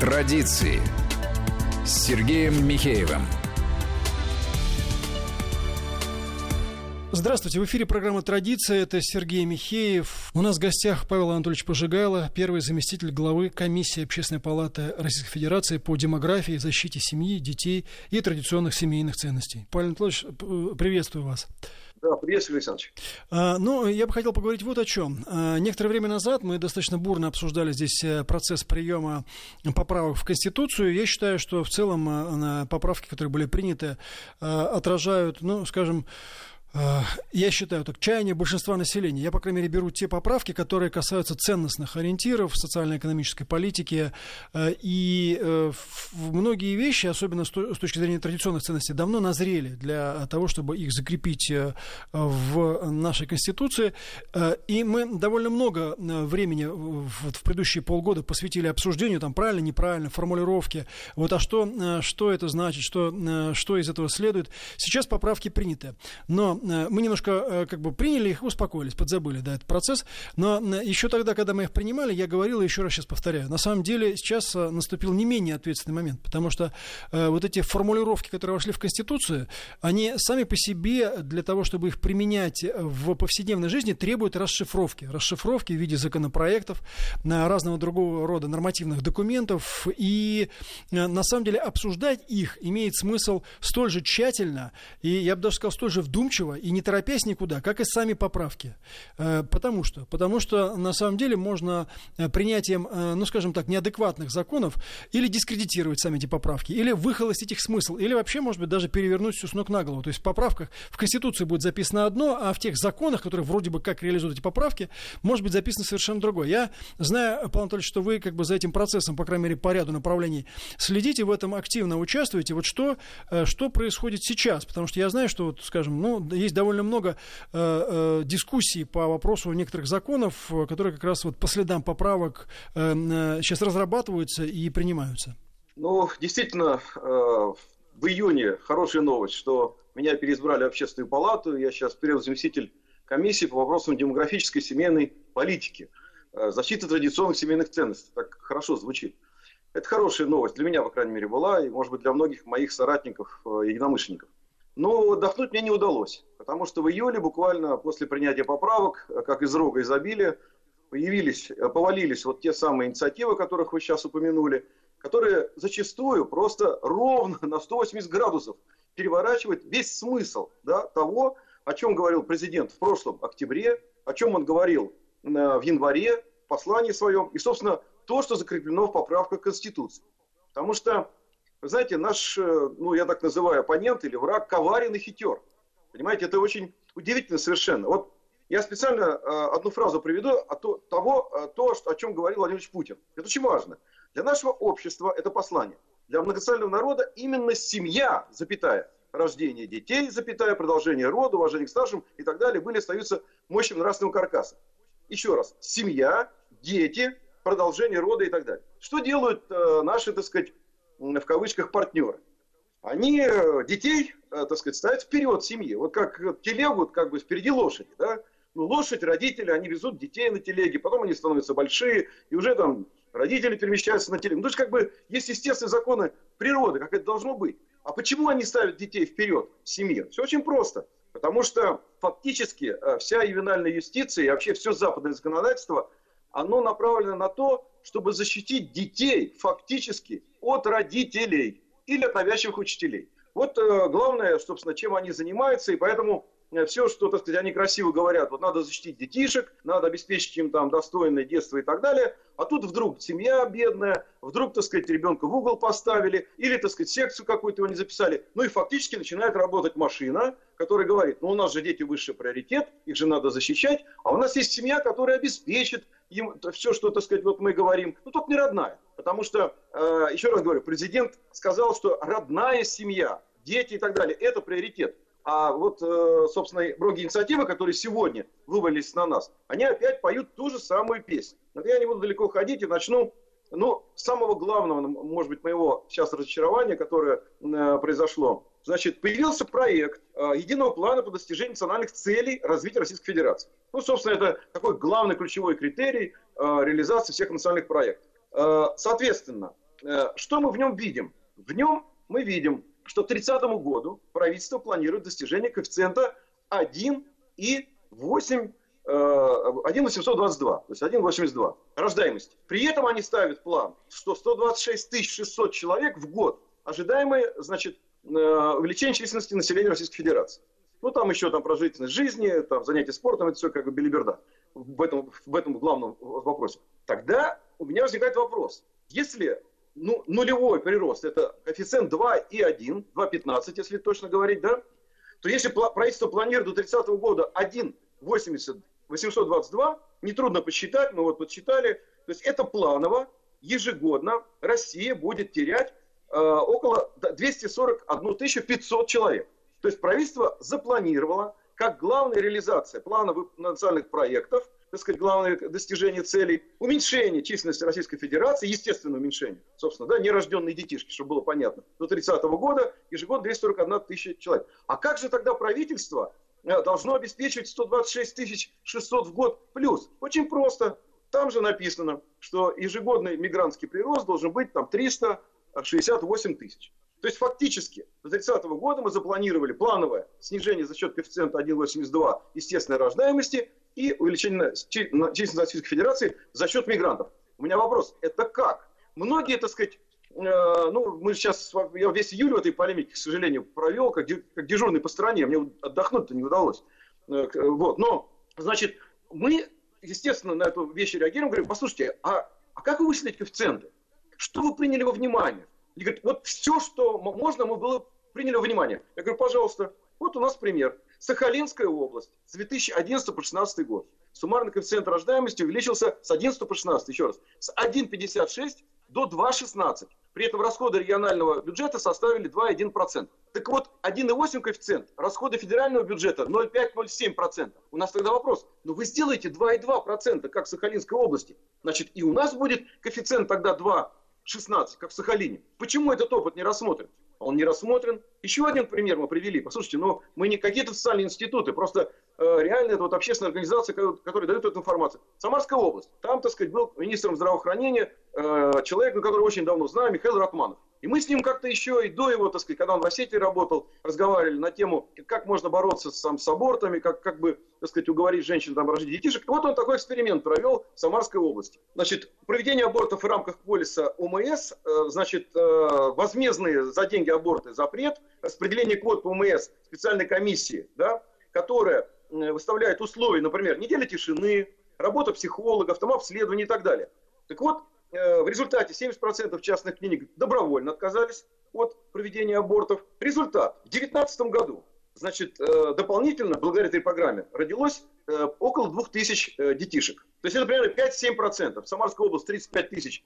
Традиции с Сергеем Михеевым. Здравствуйте, в эфире программа «Традиция», это Сергей Михеев. У нас в гостях Павел Анатольевич Пожигайло, первый заместитель главы комиссии Общественной палаты Российской Федерации по демографии, защите семьи, детей и традиционных семейных ценностей. Павел Анатольевич, приветствую вас. Да, приветствую, Александр. Я бы хотел поговорить вот о чем. Некоторое время назад мы достаточно бурно обсуждали здесь процесс приема поправок в Конституцию. Я считаю, что в целом поправки, которые были приняты, отражают, я считаю, так, чаяние большинства населения. Я, по крайней мере, беру те поправки, которые касаются ценностных ориентиров социально-экономической политики. И многие вещи, особенно с точки зрения традиционных ценностей, давно назрели для того, чтобы их закрепить в нашей Конституции. И мы довольно много времени в предыдущие полгода посвятили обсуждению, там, правильно, неправильно, формулировки. Что это значит, что из этого следует. Сейчас поправки приняты. Но мы немножко приняли их, успокоились, подзабыли, этот процесс. Но еще тогда, когда мы их принимали, я говорил, и еще раз сейчас повторяю, на самом деле сейчас наступил не менее ответственный момент, потому что вот эти формулировки, которые вошли в Конституцию, они сами по себе для того, чтобы их применять в повседневной жизни, требуют расшифровки в виде законопроектов, разного другого рода нормативных документов, и на самом деле обсуждать их имеет смысл столь же тщательно, и я бы даже сказал, столь же вдумчиво, и не торопясь никуда, как и сами поправки. Потому что на самом деле можно принятием, неадекватных законов или дискредитировать сами эти поправки, или выхолостить их смысл, или вообще, может быть, даже перевернуть все с ног на голову. То есть в поправках в Конституции будет записано одно, а в тех законах, которые вроде бы как реализуют эти поправки, может быть записано совершенно другое. Я знаю, Павел Анатольевич, что вы за этим процессом, по крайней мере, по ряду направлений следите, в этом активно участвуете. Вот что происходит сейчас? Потому что я знаю, что, есть довольно много дискуссий по вопросу некоторых законов, которые как раз по следам поправок сейчас разрабатываются и принимаются. Действительно, в июне хорошая новость, что меня переизбрали в Общественную палату. Я сейчас первый заместитель комиссии по вопросам демографической семейной политики. Защита традиционных семейных ценностей. Так хорошо звучит. Это хорошая новость. Для меня, по крайней мере, была, и, может быть, для многих моих соратников, единомышленников. Но отдохнуть мне не удалось, потому что в июле, буквально после принятия поправок, как из рога изобилия, повалились вот те самые инициативы, которых вы сейчас упомянули, которые зачастую просто ровно на 180 градусов переворачивают весь смысл того, о чем говорил президент в прошлом октябре, о чем он говорил в январе в послании своем, и, собственно, то, что закреплено в поправках Конституции. Потому что, вы знаете, наш, я так называю, оппонент или враг коварен и хитер. Понимаете, это очень удивительно совершенно. Вот я специально одну фразу приведу о чем говорил Владимир Владимирович Путин. Это очень важно. Для нашего общества это послание. Для многонационального народа именно семья, рождение детей, продолжение рода, уважение к старшим и так далее, остаются мощным нравственным каркасом. Еще раз, семья, дети, продолжение рода и так далее. Что делают наши, в кавычках, партнеры? Они детей, ставят вперед семьи. Вот как телегу, впереди лошади. Да? Лошадь, родители, они везут детей на телеге, потом они становятся большие, и уже там родители перемещаются на телегу. То есть, есть естественные законы природы, как это должно быть. А почему они ставят детей вперед в семье? Все очень просто. Потому что фактически вся ювенальная юстиция и вообще все западное законодательство, оно направлено на то, чтобы защитить детей фактически от родителей или от навязчивых учителей. Вот главное, собственно, чем они занимаются, и поэтому все, что, они красиво говорят, надо защитить детишек, надо обеспечить им достойное детство и так далее, а тут вдруг семья бедная, вдруг, ребенка в угол поставили, или, секцию какую-то его не записали, и фактически начинает работать машина, которая говорит, у нас же дети высший приоритет, их же надо защищать, а у нас есть семья, которая обеспечит им все, что, мы говорим, только не родная, потому что, еще раз говорю, президент сказал, что родная семья, дети и так далее, это приоритет. А собственно, многие инициативы, которые сегодня вывалились на нас, они опять поют ту же самую песню. Но я не буду далеко ходить и начну, с самого главного, может быть, моего сейчас разочарования, которое произошло. Значит, появился проект единого плана по достижению национальных целей развития Российской Федерации. Собственно, это такой главный ключевой критерий реализации всех национальных проектов. Соответственно, что мы в нем видим? В нем мы видим, что к 30 году правительство планирует достижение коэффициента 1,822, то есть 1,82 рождаемости. При этом они ставят план, что 126 600 человек в год ожидаемое, значит, увеличение численности населения Российской Федерации. Ну, там еще продолжительность жизни, там, занятия спортом, это все как бы белиберда в этом главном вопросе. Тогда у меня возникает вопрос. Если нулевой прирост, это коэффициент 2,1, 2,15, если точно говорить, да, то если правительство планирует до 30 года 1,822, нетрудно посчитать, мы вот подсчитали, то есть это планово, ежегодно Россия будет терять около 241 500 человек. То есть правительство запланировало, как главная реализация плана национальных проектов, так сказать, главное достижение целей, уменьшение численности Российской Федерации, естественное уменьшение, собственно, да, нерожденные детишки, чтобы было понятно, до 30 года ежегодно 241 тысяча человек. А как же тогда правительство должно обеспечивать 126 600 в год плюс? Очень просто. Там же написано, что ежегодный мигрантский прирост должен быть 368 тысяч. То есть фактически до 30 года мы запланировали плановое снижение за счет коэффициента 1,82 естественной рождаемости и увеличение численности Российской Федерации за счет мигрантов. У меня вопрос, это как? Многие, так сказать, мы сейчас, я весь июль в этой полемике, к сожалению, провел, как дежурный по стране, мне отдохнуть-то не удалось. Вот. Но, значит, мы, естественно, на эту вещь реагируем, говорим, послушайте, а как вы вычислите коэффициенты? Что вы приняли во внимание? И говорит, вот все, что можно, мы приняли во внимание. Я говорю, пожалуйста, вот у нас пример. Сахалинская область с 2011 по 2016 год. Суммарный коэффициент рождаемости увеличился с 11 по 16, еще раз, с 1,56 до 2,16. При этом расходы регионального бюджета составили 2,1%. Так вот, 1,8 коэффициент, расходы федерального бюджета 0,5-0,7%. У нас тогда вопрос, вы сделаете 2,2%, как в Сахалинской области. Значит, и у нас будет коэффициент тогда 2,16, как в Сахалине. Почему этот опыт не рассмотрен? Он не рассмотрен. Еще один пример мы привели. Послушайте, мы не какие-то социальные институты, просто реально это общественная организация, которая дает эту информацию. Самарская область. Там, так сказать, был министром здравоохранения человек, которого очень давно знаю, Михаил Ратманов. И мы с ним как-то еще и до его, так сказать, когда он в Осетии работал, разговаривали на тему, как можно бороться с абортами, как бы, так сказать, уговорить женщин рожать детишек. И вот он такой эксперимент провел в Самарской области. Значит, проведение абортов в рамках полиса ОМС, значит, возмездные за деньги аборты запрет, распределение квот по ОМС специальной комиссии, да, которая выставляет условия, например, неделя тишины, работа психологов, обследование и так далее. Так вот, в результате 70% частных клиник добровольно отказались от проведения абортов. Результат. В 2019 году, значит, дополнительно, благодаря этой программе, родилось около 2000 детишек. То есть это примерно 5-7%. В Самарской области 35 тысяч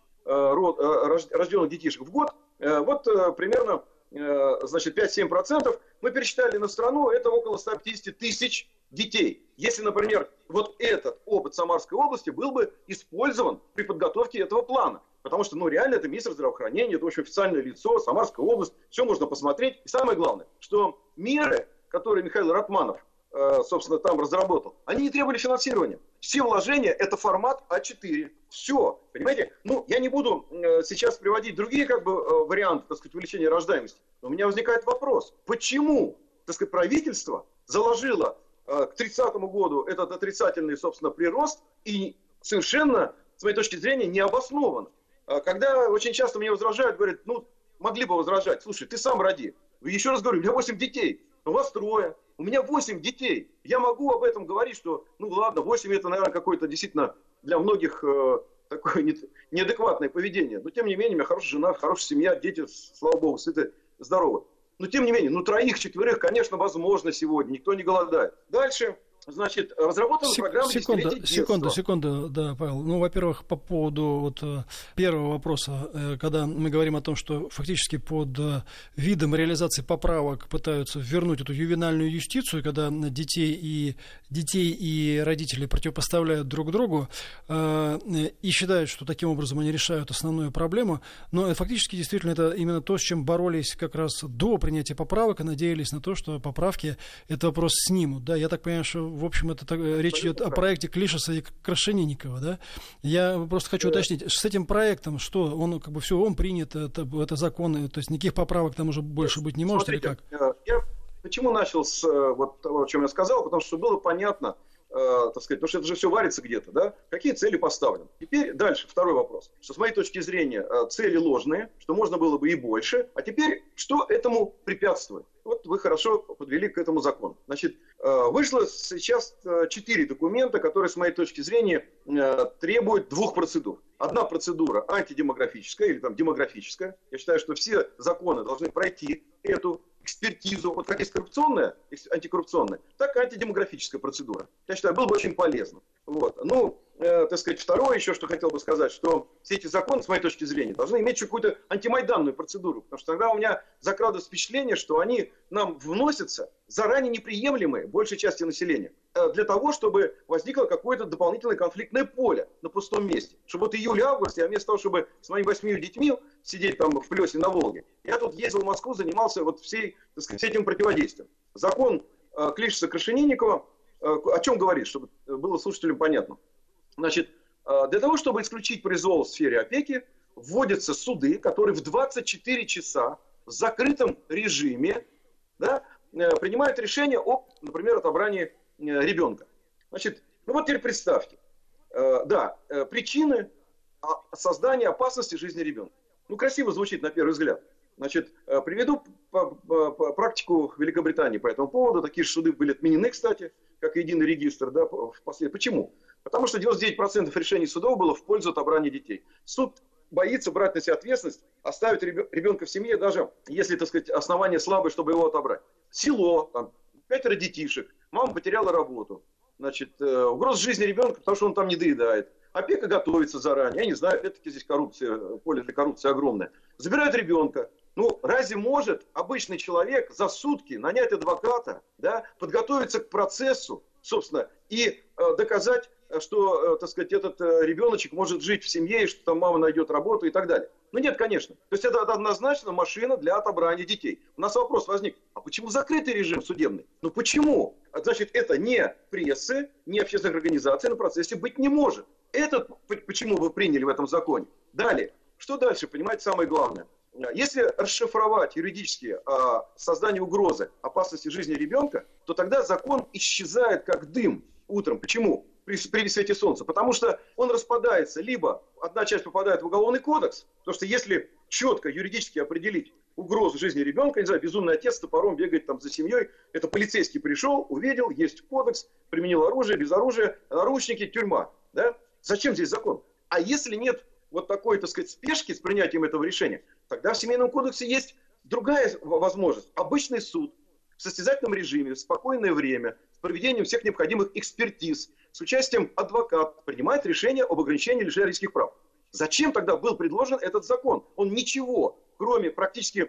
рожденных детишек в год. Вот примерно, значит, 5-7%. Мы пересчитали на страну, это около 150 тысяч детей. Если, например, вот этот опыт Самарской области был бы использован при подготовке этого плана. Потому что, реально, это министр здравоохранения, это очень официальное лицо, Самарская область, все можно посмотреть. И самое главное, что меры, которые Михаил Ратманов, собственно, там разработал, они не требовали финансирования. Все вложения – это формат А4. Все, понимаете? Я не буду сейчас приводить другие варианты, так сказать, увеличения рождаемости. Но у меня возникает вопрос, почему, так сказать, правительство заложило к 30 году этот отрицательный, собственно, прирост и совершенно, с моей точки зрения, необоснованно. Когда очень часто мне возражают, говорят, могли бы возражать, слушай, ты сам роди. Еще раз говорю, у меня 8 детей, у вас 3, у меня 8 детей. Я могу об этом говорить, что, ладно, 8 это, наверное, какое-то действительно для многих такое неадекватное поведение. Но, тем не менее, у меня хорошая жена, хорошая семья, дети, слава богу, сыты, здоровы. Но, тем не менее, 3-4, конечно, возможно сегодня, никто не голодает. Дальше, значит, разработана программа «Десятилетие детства». Секунду, да, Павел. Во-первых, по поводу первого вопроса, когда мы говорим о том, что фактически под видом реализации поправок пытаются вернуть эту ювенальную юстицию, когда детей и родители противопоставляют друг другу и считают, что таким образом они решают основную проблему, но фактически действительно это именно то, с чем боролись как раз до принятия поправок и надеялись на то, что поправки этот вопрос снимут. Да, я так понимаю, что в общем, речь идет о проекте Клишеса и Крашенинникова, да? Я просто хочу уточнить, с этим проектом что? Он как бы все, он принят, это закон, то есть никаких поправок там уже больше быть не может, Смотрите, или как? Я почему начал с вот того, о чем я сказал, потому что было понятно, так сказать, потому что это же все варится где-то, да, какие цели поставлены. Теперь дальше, второй вопрос, что с моей точки зрения цели ложные, что можно было бы и больше, а теперь что этому препятствует? Вот вы хорошо подвели к этому закону. Значит, вышло сейчас 4 документа, которые, с моей точки зрения, требуют 2 процедур. Одна процедура антидемографическая или там демографическая. Я считаю, что все законы должны пройти эту экспертизу, вот как есть коррупционная, антикоррупционная, так и антидемографическая процедура. Я считаю, было бы очень полезно. Вот. Ну, так сказать, второе еще, что хотел бы сказать, что все эти законы, с моей точки зрения, должны иметь какую-то антимайданную процедуру, потому что тогда у меня закрадывается впечатление, что они нам вносятся заранее неприемлемые большей части населения, для того, чтобы возникло какое-то дополнительное конфликтное поле на пустом месте. Чтобы вот июль-август, я вместо того, чтобы с моими 8 детьми сидеть там в Плесе на Волге, я тут ездил в Москву, занимался вот всей, так сказать, этим противодействием. Закон Клишеса Крашенинникова о чем говорит, чтобы было слушателям понятно. Значит, для того, чтобы исключить произвол в сфере опеки, вводятся суды, которые в 24 часа в закрытом режиме, да, принимают решение о, например, отобрании ребенка. Значит, ну вот теперь представьте, да, причины создания опасности жизни ребенка. Ну, красиво звучит на первый взгляд. Значит, приведу практику Великобритании по этому поводу. Такие же суды были отменены, кстати, как единый регистр. Да, почему? Потому что 99% решений судов было в пользу отобрания детей. Суд боится брать на себя ответственность, оставить ребенка в семье, даже если, так сказать, основания слабые, чтобы его отобрать. Село, там, 5 детишек, мама потеряла работу. Значит, угроза жизни ребенка, потому что он там не доедает. Опека готовится заранее. Я не знаю, опять-таки здесь коррупция, поле для коррупции огромное. Забирают ребенка. Ну, разве может обычный человек за сутки нанять адвоката, да, подготовиться к процессу, собственно, и доказать, что, так сказать, этот ребеночек может жить в семье, и что там мама найдет работу и так далее? Ну нет, конечно. То есть это однозначно машина для отобрания детей. У нас вопрос возник, а почему закрытый режим судебный? Ну почему? Значит, это не прессы, не общественных организаций на процессе быть не может. Это почему вы приняли в этом законе. Далее. Что дальше, понимаете, самое главное? Если расшифровать юридически создание угрозы опасности жизни ребенка, то тогда закон исчезает как дым утром. Почему? При свете солнца. Потому что он распадается. Либо одна часть попадает в Уголовный кодекс, потому что если четко юридически определить угрозу жизни ребенка, не знаю, безумный отец с топором бегает там за семьей, это полицейский пришел, увидел, есть кодекс, применил оружие, без оружия, наручники, тюрьма. Да? Зачем здесь закон? А если нет вот такой, так сказать, спешки с принятием этого решения, тогда в Семейном кодексе есть другая возможность. Обычный суд в состязательном режиме, в спокойное время, с проведением всех необходимых экспертиз, с участием адвоката, принимает решение об ограничении лишения родительских прав. Зачем тогда был предложен этот закон? Он ничего, кроме практически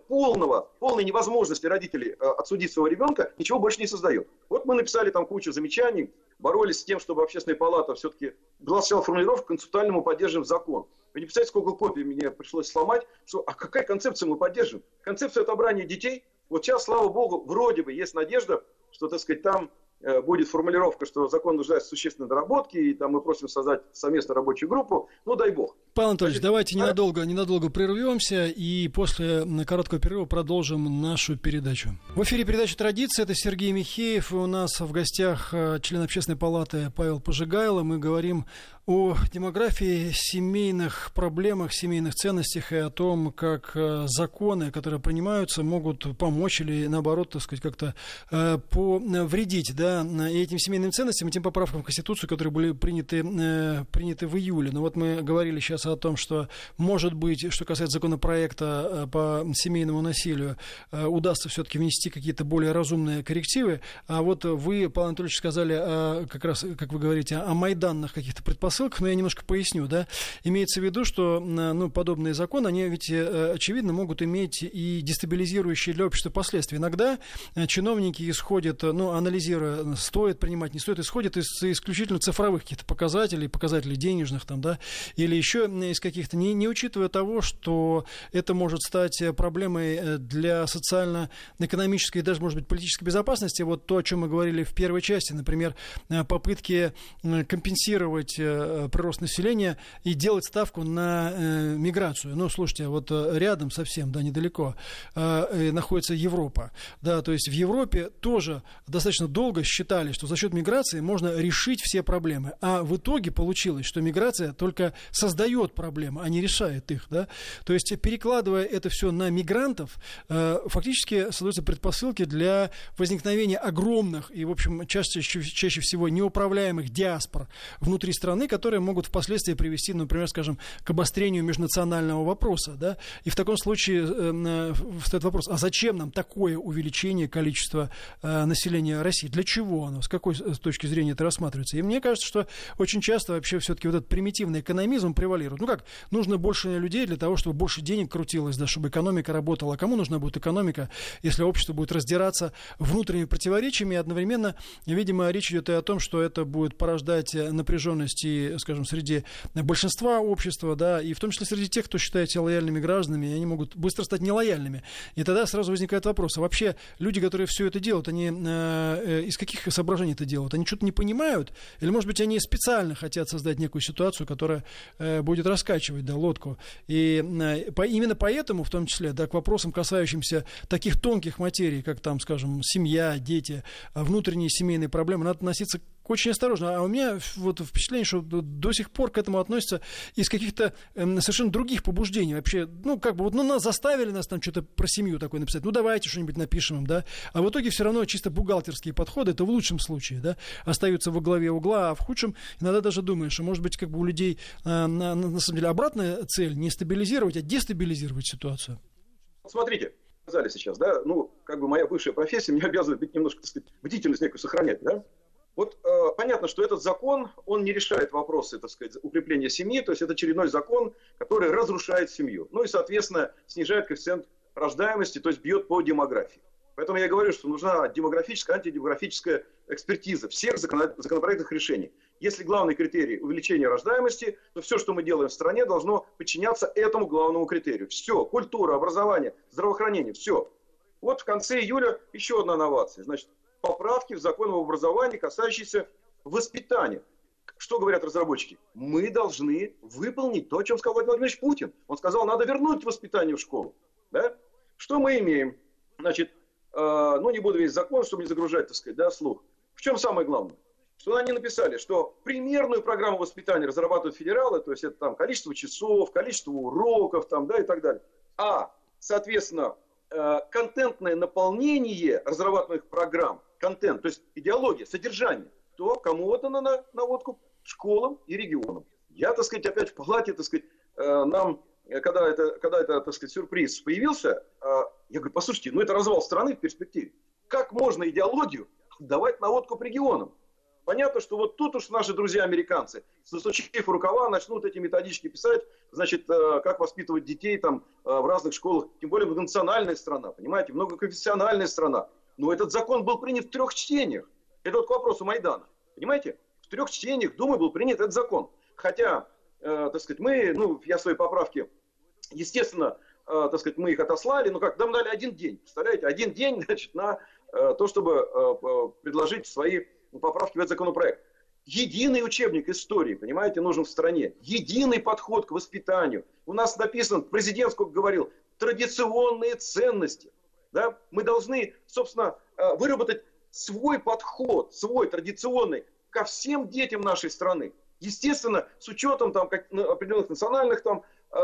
полной невозможности родителей отсудить своего ребенка, ничего больше не создает. Вот мы написали там кучу замечаний, боролись с тем, чтобы Общественная палата все-таки была сначала формулировка «концептуально мы поддерживаем закон». Вы не представляете, сколько копий мне пришлось сломать, что а какая концепция мы поддерживаем? Концепцию отобрания детей. Вот сейчас, слава богу, вроде бы есть надежда, что, так сказать, там будет формулировка, что закон нуждается в существенной доработке, и там мы просим создать совместную рабочую группу. Ну, дай бог. Павел Анатольевич, давайте ненадолго прервемся и после короткого перерыва продолжим нашу передачу. В эфире передача «Традиция». Это Сергей Михеев. И у нас в гостях член Общественной палаты Павел Пожигайло. Мы говорим о демографии, семейных проблемах, семейных ценностях и о том, как законы, которые принимаются, могут помочь или, наоборот, так сказать, как-то повредить, да, и этим семейным ценностям, и тем поправкам в Конституцию, которые были приняты в июле. Но вот мы говорили сейчас о том, что, может быть, что касается законопроекта по семейному насилию, удастся все-таки внести какие-то более разумные коррективы. А вот вы, Павел Анатольевич, сказали как раз, как вы говорите, о майданных каких-то предпосылках, но я немножко поясню, да. Имеется в виду, что подобные законы, они ведь, очевидно, могут иметь и дестабилизирующие для общества последствия. Иногда чиновники исходят, анализируя, стоит принимать, не стоит, исходят из исключительно цифровых каких-то показателей денежных, там, да, или еще из каких-то, не учитывая того, что это может стать проблемой для социально-экономической и даже, может быть, политической безопасности, вот то, о чем мы говорили в первой части, например, попытки компенсировать прирост населения и делать ставку на миграцию. Ну, слушайте, вот рядом совсем, да, недалеко находится Европа, да, то есть в Европе тоже достаточно долго считали, что за счет миграции можно решить все проблемы, а в итоге получилось, что миграция только создает проблемы, а не решает их, да, то есть перекладывая это все на мигрантов, фактически создаются предпосылки для возникновения огромных и, в общем, чаще всего неуправляемых диаспор внутри страны, которые могут впоследствии привести, например, скажем, к обострению межнационального вопроса, да, и в таком случае встает вопрос, а зачем нам такое увеличение количества населения России? Для чего оно? С какой точки зрения это рассматривается? И мне кажется, что очень часто вообще все-таки вот этот примитивный экономизм превалирует. Ну как, нужно больше людей для того, чтобы больше денег крутилось, да, чтобы экономика работала. А кому нужна будет экономика, если общество будет раздираться внутренними противоречиями? И одновременно, видимо, речь идет и о том, что это будет порождать напряженность и, скажем, среди большинства общества, да, и в том числе среди тех, кто считает себя лояльными гражданами, и они могут быстро стать нелояльными. И тогда сразу возникает вопрос, а вообще люди, которые все это делают, они из каких соображений это делают? Они что-то не понимают? Или, может быть, они специально хотят создать некую ситуацию, которая будет раскачивать, да, лодку? И именно поэтому, в том числе, да, к вопросам, касающимся таких тонких материй, как там, скажем, семья, дети, внутренние семейные проблемы, надо относиться очень осторожно. А у меня вот впечатление, что до сих пор к этому относятся из каких-то совершенно других побуждений. Вообще, ну, как бы, вот, ну, нас заставили нас там что-то про семью такое написать. Ну, давайте что-нибудь напишем им, да. А в итоге все равно чисто бухгалтерские подходы, это в лучшем случае, да, остаются во главе угла, а в худшем иногда даже думаешь, что, может быть, как бы у людей на самом деле обратная цель не стабилизировать, а дестабилизировать ситуацию. Смотрите, сказали сейчас, да, ну, как бы моя бывшая профессия меня обязывает быть немножко, так сказать, бдительность некую сохранять, да. Вот понятно, что этот закон, он не решает вопросы, так сказать, укрепления семьи, то есть это очередной закон, который разрушает семью. Ну и, соответственно, снижает коэффициент рождаемости, то есть бьет по демографии. Поэтому я говорю, что нужна демографическая, антидемографическая экспертиза всех законопроектных решений. Если главный критерий увеличения рождаемости, то все, что мы делаем в стране, должно подчиняться этому главному критерию. Все, культура, образование, здравоохранение, все. Вот в конце июля еще одна новация. Значит, поправки в закон об образовании, касающиеся воспитания. Что говорят разработчики? Мы должны выполнить то, о чем сказал Владимир Владимирович Путин. Он сказал, надо вернуть воспитание в школу. Да? Что мы имеем? Значит, ну не буду весь закон, чтобы не загружать, так сказать, да, слух. В чем самое главное? Что они написали, что примерную программу воспитания разрабатывают федералы, то есть это там количество часов, количество уроков там, да, и так далее. А, соответственно, контентное наполнение разрабатываемых программ, контент, то есть идеология, содержание, то кому отдано на откуп? Школам и регионам. Я, так сказать, опять в палате, так сказать, нам, когда это, так сказать, сюрприз появился, я говорю, послушайте, ну это развал страны в перспективе. Как можно идеологию давать на откуп регионам? Понятно, что вот тут уж наши друзья-американцы, засучив рукава, начнут эти методички писать, значит, как воспитывать детей там в разных школах, тем более многонациональная страна, понимаете, многоконфессиональная страна. Но этот закон был принят в 3 чтениях. Это вот к вопросу Майдана, понимаете? В 3 чтениях Думой был принят этот закон. Хотя, так сказать, мы, ну, я свои поправки, естественно, так сказать, мы их отослали, но как, нам дали 1 день, представляете, 1 день, значит, на то, чтобы предложить свои поправки в этот законопроект. Единый учебник истории, понимаете, нужен в стране. Единый подход к воспитанию. У нас написано, президент сколько говорил, традиционные ценности. Да? Мы должны, собственно, выработать свой подход, свой традиционный, ко всем детям нашей страны. Естественно, с учетом там, определенных национальных там,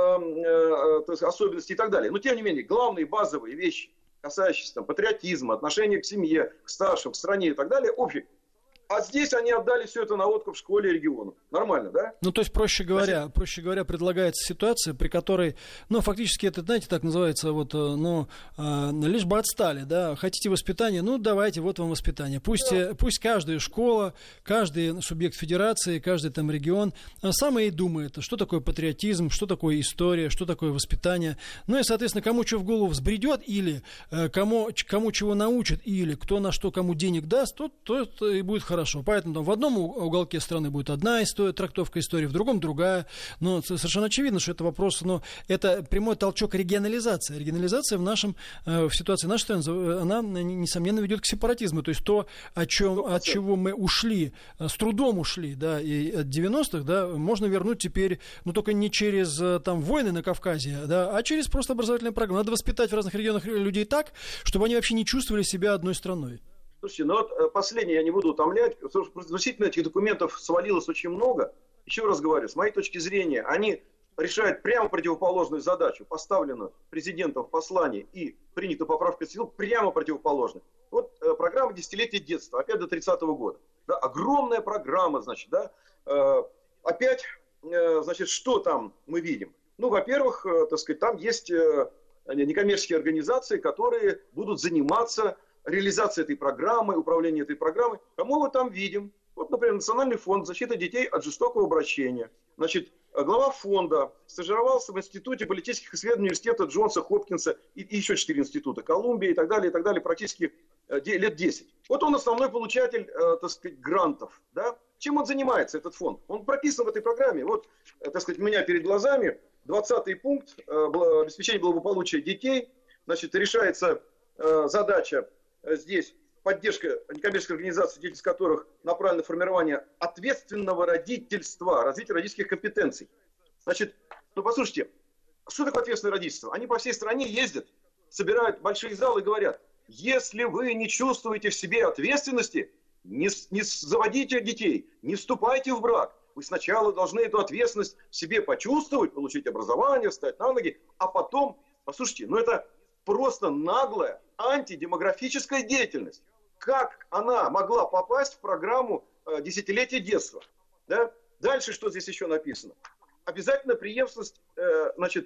особенностей и так далее. Но, тем не менее, главные базовые вещи, касающиеся там, патриотизма, отношения к семье, к старшим, к стране и так далее, общие. А здесь они отдали все это на откуп в школе и региону. Нормально, да? Ну, то есть, проще говоря, предлагается ситуация, при которой, ну, фактически это, знаете, так называется, вот, ну, лишь бы отстали, да, хотите воспитание, ну, давайте, вот вам воспитание. Пусть каждая школа, каждый субъект федерации, каждый там регион сам и думает, что такое патриотизм, что такое история, что такое воспитание. Ну, и, соответственно, кому что в голову взбредет, или кому чего научат, или кто на что кому денег даст, тот и будет хорошо. хорошо. Поэтому там в одном уголке страны будет одна история, трактовка истории, в другом другая. Но совершенно очевидно, что это вопрос, но это прямой толчок регионализации. Регионализация в ситуации нашей страны, она, несомненно, ведет к сепаратизму. То есть то, от чего мы ушли, с трудом ушли, да, и от 90-х, да, можно вернуть теперь, но только не через там войны на Кавказе, да, а через просто образовательные программы. Надо воспитать в разных регионах людей так, чтобы они вообще не чувствовали себя одной страной. Слушайте, ну вот последнее я не буду утомлять. Действительно, этих документов свалилось очень много. Еще раз говорю, с моей точки зрения, они решают прямо противоположную задачу, поставленную президентом в послании и принятую поправку в Конституцию, прямо противоположную. Вот программа «Десятилетие детства», опять до 30-го года. Да, огромная программа, значит, да. Опять, значит, что там мы видим? Ну, во-первых, так сказать, там есть некоммерческие организации, которые будут заниматься реализацией этой программы, управлением этой программой. Кому мы там видим? Вот, например, Национальный фонд защиты детей от жестокого обращения. Значит, глава фонда стажировался в Институте политических исследований университета Джонса Хопкинса и еще 4 института, Колумбия и так далее, практически лет 10. Вот он основной получатель, так сказать, грантов. Да? Чем он занимается, этот фонд? Он прописан в этой программе. Вот, так сказать, у меня перед глазами 20-й пункт обеспечения благополучия детей. Значит, решается задача здесь поддержка некоммерческих организаций, деятельность которых направлена на формирование ответственного родительства, развитие родительских компетенций. Значит, ну послушайте, что такое ответственное родительство? Они по всей стране ездят, собирают большие залы и говорят: если вы не чувствуете в себе ответственности, не заводите детей, не вступайте в брак. Вы сначала должны эту ответственность в себе почувствовать, получить образование, встать на ноги, а потом, послушайте, ну это просто наглая антидемографическая деятельность. Как она могла попасть в программу «Десятилетие детства»? Да? Дальше что здесь еще написано? Обязательно преемственность, значит,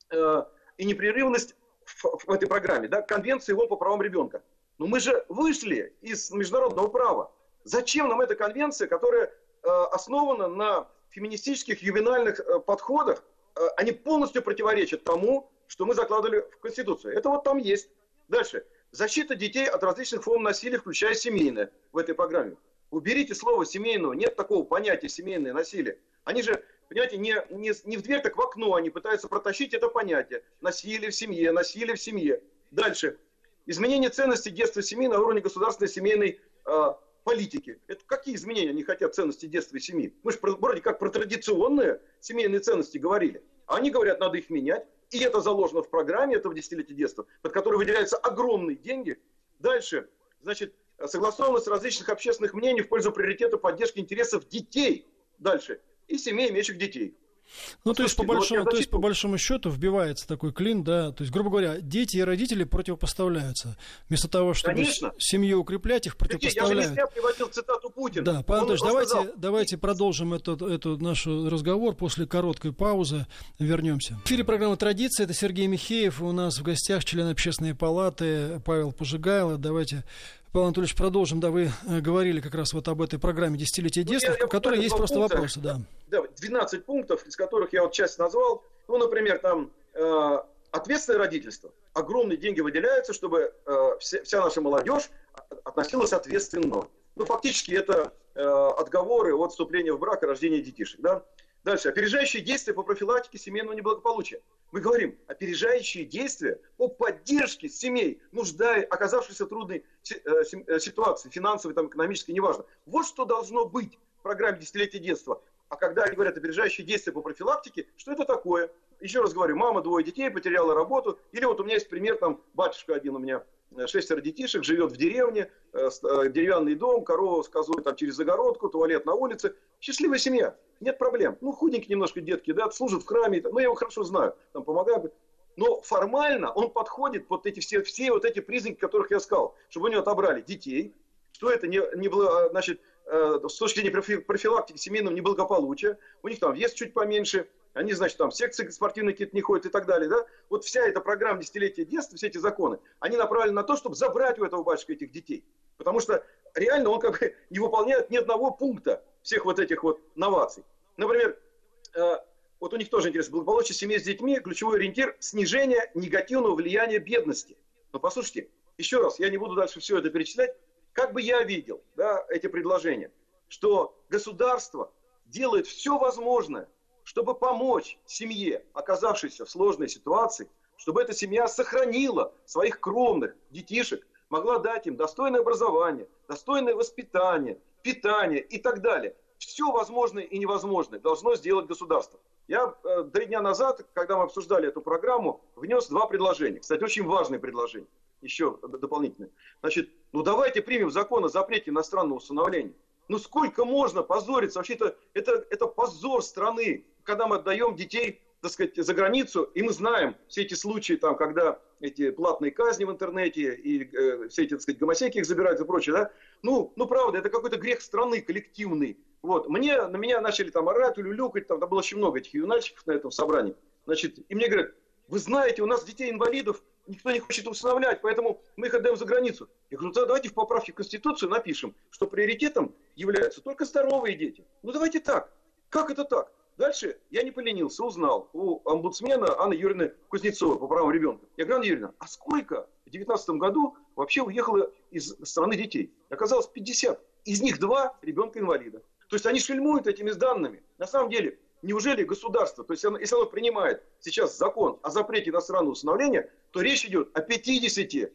и непрерывность в этой программе. Да? Конвенции ООН по правам ребенка. Но мы же вышли из международного права. Зачем нам эта конвенция, которая основана на феминистических ювенальных подходах? Они полностью противоречат тому, что мы закладывали в Конституцию. Это вот там есть. Дальше. Защита детей от различных форм насилия, включая семейное, в этой программе. Уберите слово семейного, нет такого понятия семейное насилие. Они же, понимаете, не в дверь, так в окно они пытаются протащить это понятие. Насилие в семье, насилие в семье. Дальше. Изменение ценностей детства и семьи на уровне государственной семейной политики. Это какие изменения они хотят ценности детства и семьи? Мы же вроде как про традиционные семейные ценности говорили. А они говорят, надо их менять. И это заложено в программе этого десятилетия детства, под которой выделяются огромные деньги. Дальше, значит, согласованность различных общественных мнений в пользу приоритета поддержки интересов детей. Дальше. И семей, имеющих детей. Ну, то есть, по большому счету, вбивается такой клин, да, то есть, грубо говоря, дети и родители противопоставляются. Вместо того, чтобы семью укреплять, их противопоставляют. Я же не зря приводил цитату Путина. Да, Павел Анатольевич, давайте продолжим этот наш разговор после короткой паузы. Вернемся. В эфире программа «Традиция». Это Сергей Михеев. У нас в гостях член Общественной палаты Павел Пожигайло. Давайте, Павел Анатольевич, продолжим. Да, вы говорили как раз вот об этой программе «Десятилетие детства», в которой есть просто вопросы. Да. 12 пунктов, из которых я вот часть назвал. Ну, например, там ответственное родительство. Огромные деньги выделяются, чтобы вся наша молодежь относилась ответственно. Ну, фактически это отговоры от вступления в брак и рождения детишек. Да? Дальше. Опережающие действия по профилактике семейного неблагополучия. Мы говорим, опережающие действия по поддержке семей, оказавшихся в трудной ситуации, финансовой, там, экономической, неважно. Вот что должно быть в программе «Десятилетие детства». А когда они говорят опережающие действия по профилактике, что это такое? Еще раз говорю, мама 2 детей, потеряла работу. Или вот у меня есть пример, там батюшка один у меня, 6 детишек, живет в деревне, деревянный дом, корова с козой там через загородку, туалет на улице. Счастливая семья, нет проблем. Ну, худенькие немножко детки, да, служат в храме, ну, я его хорошо знаю, там помогаю. Но формально он подходит под эти все вот эти признаки, которых я сказал, чтобы у него отобрали детей, что это не было, значит, с точки зрения профилактики семейного неблагополучия, у них там вес чуть поменьше, они, значит, там секции спортивные какие-то не ходят и так далее, да? Вот вся эта программа «Десятилетия детства», все эти законы, они направлены на то, чтобы забрать у этого батюшка этих детей. Потому что реально он как бы не выполняет ни одного пункта всех вот этих вот новаций. Например, вот у них тоже интересно, благополучие семей с детьми, ключевой ориентир – снижение негативного влияния бедности. Но послушайте, еще раз, я не буду дальше все это перечислять. как бы я видел, да, эти предложения, что государство делает все возможное, чтобы помочь семье, оказавшейся в сложной ситуации, чтобы эта семья сохранила своих кровных детишек, могла дать им достойное образование, достойное воспитание, питание и так далее. Все возможное и невозможное должно сделать государство. Я 3 дня назад, когда мы обсуждали эту программу, внес 2 предложения. Кстати, очень важные предложения, еще дополнительные. Значит, давайте примем закон о запрете иностранного усыновления. Сколько можно позориться? Вообще-то это позор страны, когда мы отдаем детей, так сказать, за границу, и мы знаем все эти случаи, там, когда эти платные казни в интернете, и все эти, так сказать, гомосеки их забирают и прочее, да? Правда, это какой-то грех страны коллективный. Вот. На меня начали там орать, улюлюкать, там было очень много этих юнальщиков на этом собрании. Значит, и мне говорят, вы знаете, у нас детей-инвалидов никто не хочет усыновлять, поэтому мы их отдаем за границу. Я говорю, давайте в поправке в Конституцию напишем, что приоритетом являются только здоровые дети. Давайте так. Как это так? Дальше я не поленился, узнал у омбудсмена Анны Юрьевны Кузнецовой по правам ребенка. Я говорю, Анна Юрьевна, а сколько в 2019 году вообще уехало из страны детей? Оказалось 50. Из них 2 ребенка-инвалида. То есть они шельмуют этими данными. На самом деле, неужели государство, то есть если оно принимает сейчас закон о запрете иностранного усыновления, то речь идет о 50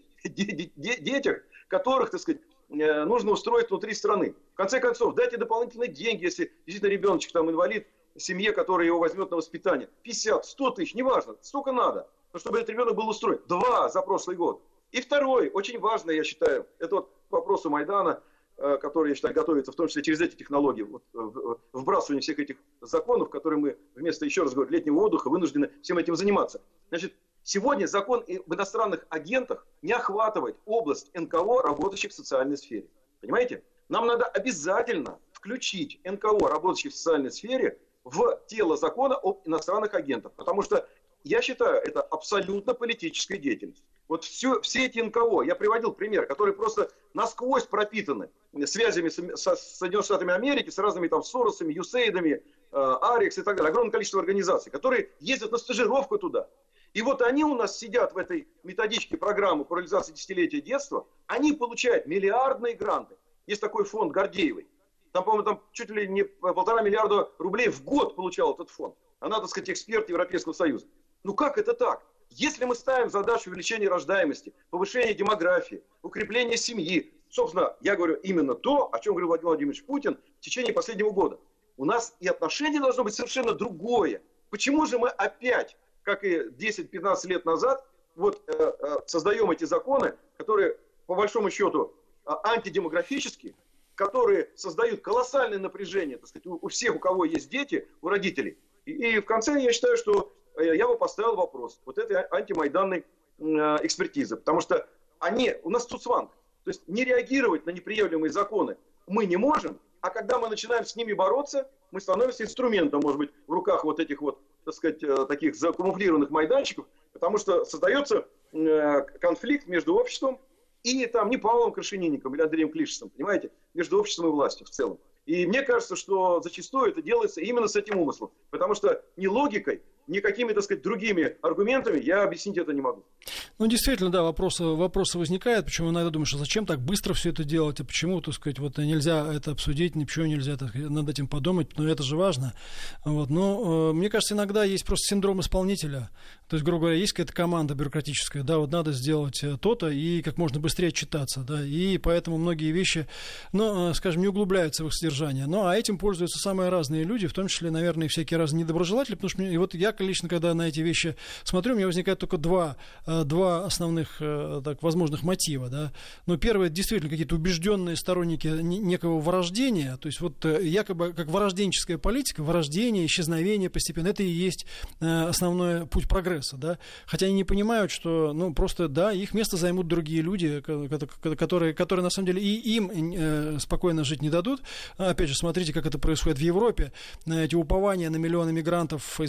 детях, которых, так сказать, нужно устроить внутри страны. В конце концов, дайте дополнительные деньги, если действительно ребеночек там инвалид, семье, которая его возьмет на воспитание. 50, 100 тысяч, неважно, столько надо, чтобы этот ребенок был устроен. 2 за прошлый год. И второй, очень важный, я считаю, это вот к вопросу Майдана, который, я считаю, готовится в том числе через эти технологии, вбрасывание всех этих законов, которые мы вместо, еще раз говорю, летнего отдыха вынуждены всем этим заниматься. Значит, сегодня закон об иностранных агентах не охватывает область НКО, работающих в социальной сфере. Понимаете? Нам надо обязательно включить НКО, работающих в социальной сфере, в тело закона об иностранных агентах. Потому что, я считаю, это абсолютно политическая деятельность. Вот все эти НКО, я приводил пример, которые просто насквозь пропитаны связями с Соединенными Штатами Америки, с разными там Соросами, Юсейдами, Арикс и так далее. Огромное количество организаций, которые ездят на стажировку туда. И вот они у нас сидят в этой методичке программы по реализации десятилетия детства, они получают миллиардные гранты. Есть такой фонд Гордеевой. Там, по-моему, чуть ли не 1,5 миллиарда рублей в год получал этот фонд. Она, так сказать, эксперт Европейского Союза. Как это так? Если мы ставим задачу увеличения рождаемости, повышения демографии, укрепления семьи, собственно, я говорю именно то, о чем говорил Владимир Владимирович Путин в течение последнего года. У нас и отношение должно быть совершенно другое. Почему же мы опять, как и 10-15 лет назад, создаем эти законы, которые, по большому счету, антидемографические, которые создают колоссальное напряжение, так сказать, у всех, у кого есть дети, у родителей. И в конце я считаю, что я бы поставил вопрос вот этой антимайданной экспертизы. Потому что у нас цуцванг. То есть не реагировать на неприемлемые законы мы не можем, а когда мы начинаем с ними бороться, мы становимся инструментом, может быть, в руках вот этих вот, так сказать, таких закамуфлированных майданчиков, потому что создается конфликт между обществом и там не Павлом Крашенинником или Андреем Клишесом, понимаете, между обществом и властью в целом. И мне кажется, что зачастую это делается именно с этим умыслом, потому что ни логикой, ни какими, так сказать, другими аргументами я объяснить это не могу. Действительно, да, вопросы возникают, почему иногда думаешь, а зачем так быстро все это делать, а почему, так сказать, нельзя это обсудить, ничего нельзя над этим подумать, но это же важно. Но мне кажется, иногда есть просто синдром исполнителя, то есть, грубо говоря, есть какая-то команда бюрократическая, да, надо сделать то-то и как можно быстрее отчитаться, да, и поэтому многие вещи, скажем, не углубляются в их содержание, а этим пользуются самые разные люди, в том числе, наверное, и всякие разные недоброжелатели, потому что я лично, когда на эти вещи смотрю, у меня возникает только два основных возможных мотива. Да? Первое, это действительно какие-то убежденные сторонники некого вырождения, то есть якобы как вырожденческая политика, вырождение, исчезновение постепенно, это и есть основной путь прогресса. Да? Хотя они не понимают, что просто, да, их место займут другие люди, которые на самом деле и им спокойно жить не дадут. Опять же, смотрите, как это происходит в Европе. Эти упования на миллионы мигрантов из Ближнего Востока,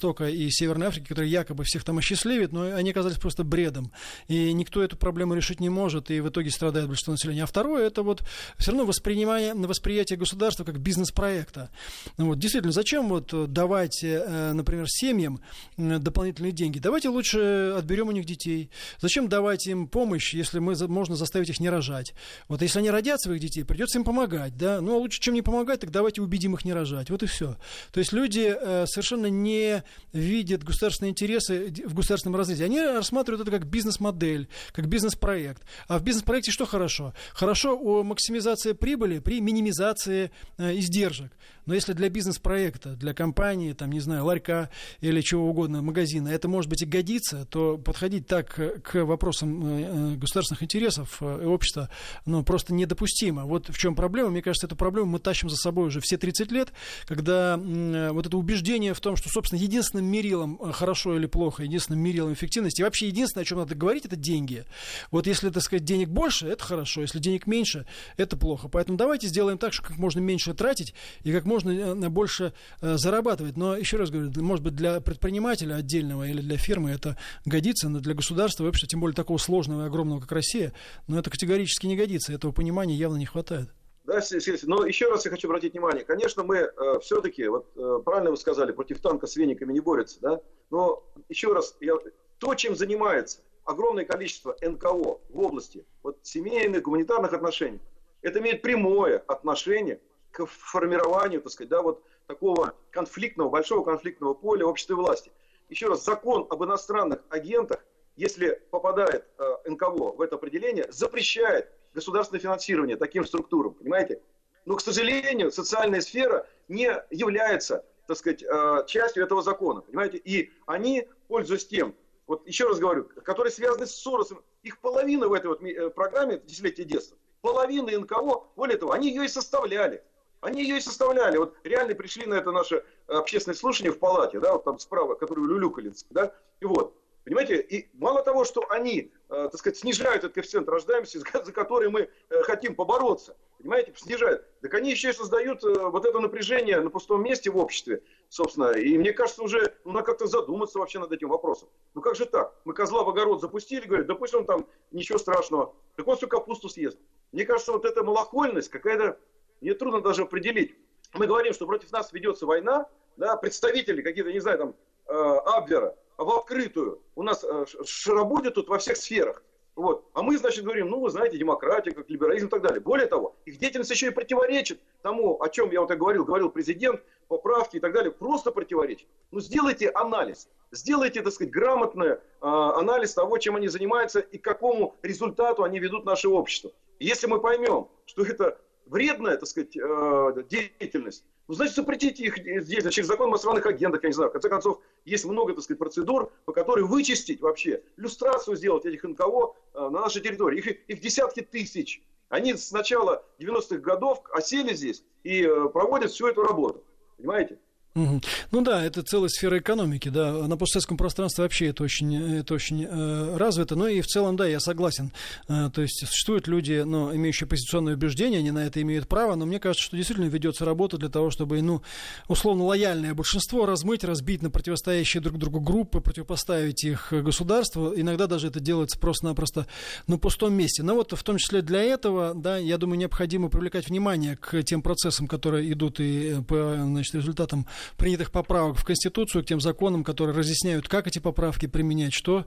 Востока и Северной Африки, которые якобы всех там осчастливят, но они оказались просто бредом. И никто эту проблему решить не может, и в итоге страдает большинство населения. А второе, это вот все равно восприятие государства как бизнес-проекта. Вот, действительно, зачем вот давать, например, семьям дополнительные деньги? Давайте лучше отберем у них детей. Зачем давать им помощь, если можно заставить их не рожать? Вот если они родят своих детей, придется им помогать, да? Ну, а лучше, чем не помогать, так давайте убедим их не рожать. Вот и все. То есть люди совершенно не видят государственные интересы в государственном развитии. Они рассматривают это как бизнес-модель, как бизнес-проект. А в бизнес-проекте что хорошо? Хорошо у максимизации прибыли при минимизации издержек. Но если для бизнес-проекта, для компании, там, не знаю, ларька или чего угодно, магазина, это, может быть, и годится, то подходить так к вопросам государственных интересов и общества, ну, просто недопустимо. Вот в чем проблема. Мне кажется, эту проблему мы тащим за собой уже все 30 лет, когда вот это убеждение в том, что, собственно, единственным мерилом хорошо или плохо, единственным мерилом эффективности, и вообще единственное, о чем надо говорить, это деньги. Вот если, так сказать, денег больше, это хорошо, если денег меньше, это плохо. Поэтому давайте сделаем так, чтобы как можно меньше тратить и как можно больше зарабатывать. Но, еще раз говорю, может быть, для предпринимателя отдельного или для фирмы это годится, но для государства, вообще, тем более такого сложного и огромного, как Россия, но это категорически не годится. Этого понимания явно не хватает. Да, но еще раз я хочу обратить внимание. Конечно, мы все-таки, вот правильно вы сказали, против танка с вениками не борются, да? Но еще раз, то, чем занимается огромное количество НКО в области вот, семейных, гуманитарных отношений, это имеет прямое отношение к формированию, так сказать, да, вот такого конфликтного, большого конфликтного поля общества и власти. Еще раз, закон об иностранных агентах, если попадает НКО в это определение, запрещает государственное финансирование таким структурам, понимаете? Но, к сожалению, социальная сфера не является, так сказать, частью этого закона, понимаете? И они, пользуясь тем, вот еще раз говорю, которые связаны с Соросом, их половина в этой вот программе «Десятилетие детства», половина НКО, более того, они ее и составляли. Они ее и составляли. Вот реально пришли на это наше общественное слушание в палате, да, вот там справа, которые люлюкали, да, и вот. Понимаете, и мало того, что они, так сказать, снижают этот коэффициент рождаемости, за который мы хотим побороться, понимаете, снижают, так они еще и создают вот это напряжение на пустом месте в обществе, собственно, и мне кажется, уже надо как-то задуматься вообще над этим вопросом. Ну как же так? Мы козла в огород запустили, говорят, да пусть он там, ничего страшного, так он всю капусту съест. Мне кажется, вот эта малохольность какая-то, мне трудно даже определить. Мы говорим, что против нас ведется война, да, представители какие-то, не знаю, там, Абвера, в открытую. У нас шарабудят тут во всех сферах. Вот. А мы, значит, говорим, ну, вы знаете, демократия, как либерализм и так далее. Более того, их деятельность еще и противоречит тому, о чем я вот и говорил президент, поправки и так далее, просто противоречит. Ну, сделайте анализ. Сделайте, так сказать, грамотный анализ того, чем они занимаются и к какому результату они ведут наше общество. И если мы поймем, что это вредная, так сказать, деятельность, ну, значит, запретите их деятельность через закон о иностранных агентах, я не знаю. В конце концов, есть много, так сказать, процедур, по которым вычистить вообще, люстрацию сделать этих НКО на нашей территории. Их десятки тысяч. Они с начала 90-х годов осели здесь и проводят всю эту работу. Понимаете? Угу. Ну да, это целая сфера экономики, да, на постсоветском пространстве вообще это очень развито, но и в целом, да, я согласен, то есть существуют люди, ну, имеющие оппозиционные убеждения, они на это имеют право, но мне кажется, что действительно ведется работа для того, чтобы, ну, условно лояльное большинство размыть, разбить на противостоящие друг другу группы, противопоставить их государству, иногда даже это делается просто-напросто на пустом месте, но вот в том числе для этого, да, я думаю, необходимо привлекать внимание к тем процессам, которые идут и по, значит, результатам принятых поправок в Конституцию, к тем законам, которые разъясняют, как эти поправки применять, что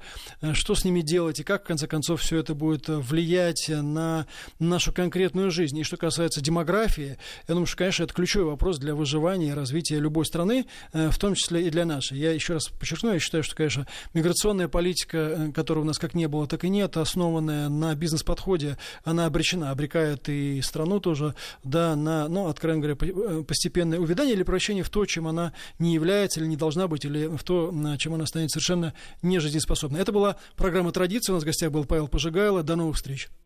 с ними делать и как, в конце концов, все это будет влиять на нашу конкретную жизнь. И что касается демографии, я думаю, что, конечно, это ключевой вопрос для выживания и развития любой страны, в том числе и для нашей. Я еще раз подчеркну, я считаю, что, конечно, миграционная политика, которой у нас как не было, так и нет, основанная на бизнес-подходе, она обречена, обрекает и страну тоже, да, на, ну, откровенно говоря, постепенное увядание или превращение в то, чем она не является или не должна быть, или в то, чем она станет совершенно нежизнеспособной. Это была программа «Традиция». У нас в гостях был Павел Пожигайло. До новых встреч.